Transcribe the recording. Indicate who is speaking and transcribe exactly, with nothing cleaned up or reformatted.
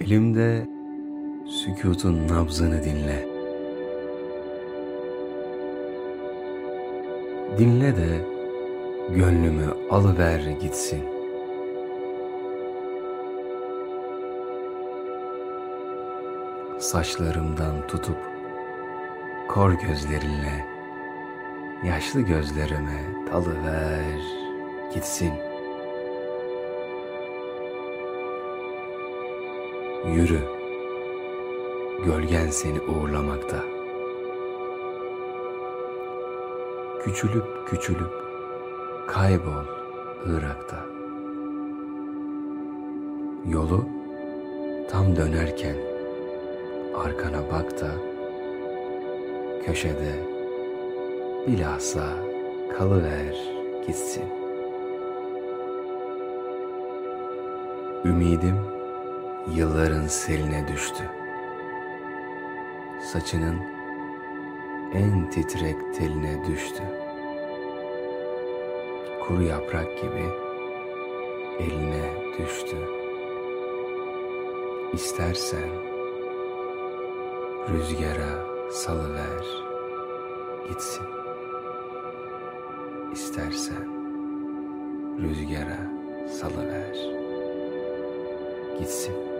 Speaker 1: Elimde sükûtun nabzını dinle. Dinle de gönlümü alıver gitsin. Saçlarımdan tutup kor gözlerinle yaşlı gözlerime dalıver gitsin. Yürü, gölgen seni uğurlamakta. Küçülüp küçülüp kaybol Irak'ta. Yolu tam dönerken arkana bak da köşede bilhassa kalıver gitsin. Ümidim yılların seline düştü. Saçının en titrek teline düştü. Kuru yaprak gibi eline düştü. İstersen rüzgara salıver gitsin. İstersen rüzgara salıver gitsin.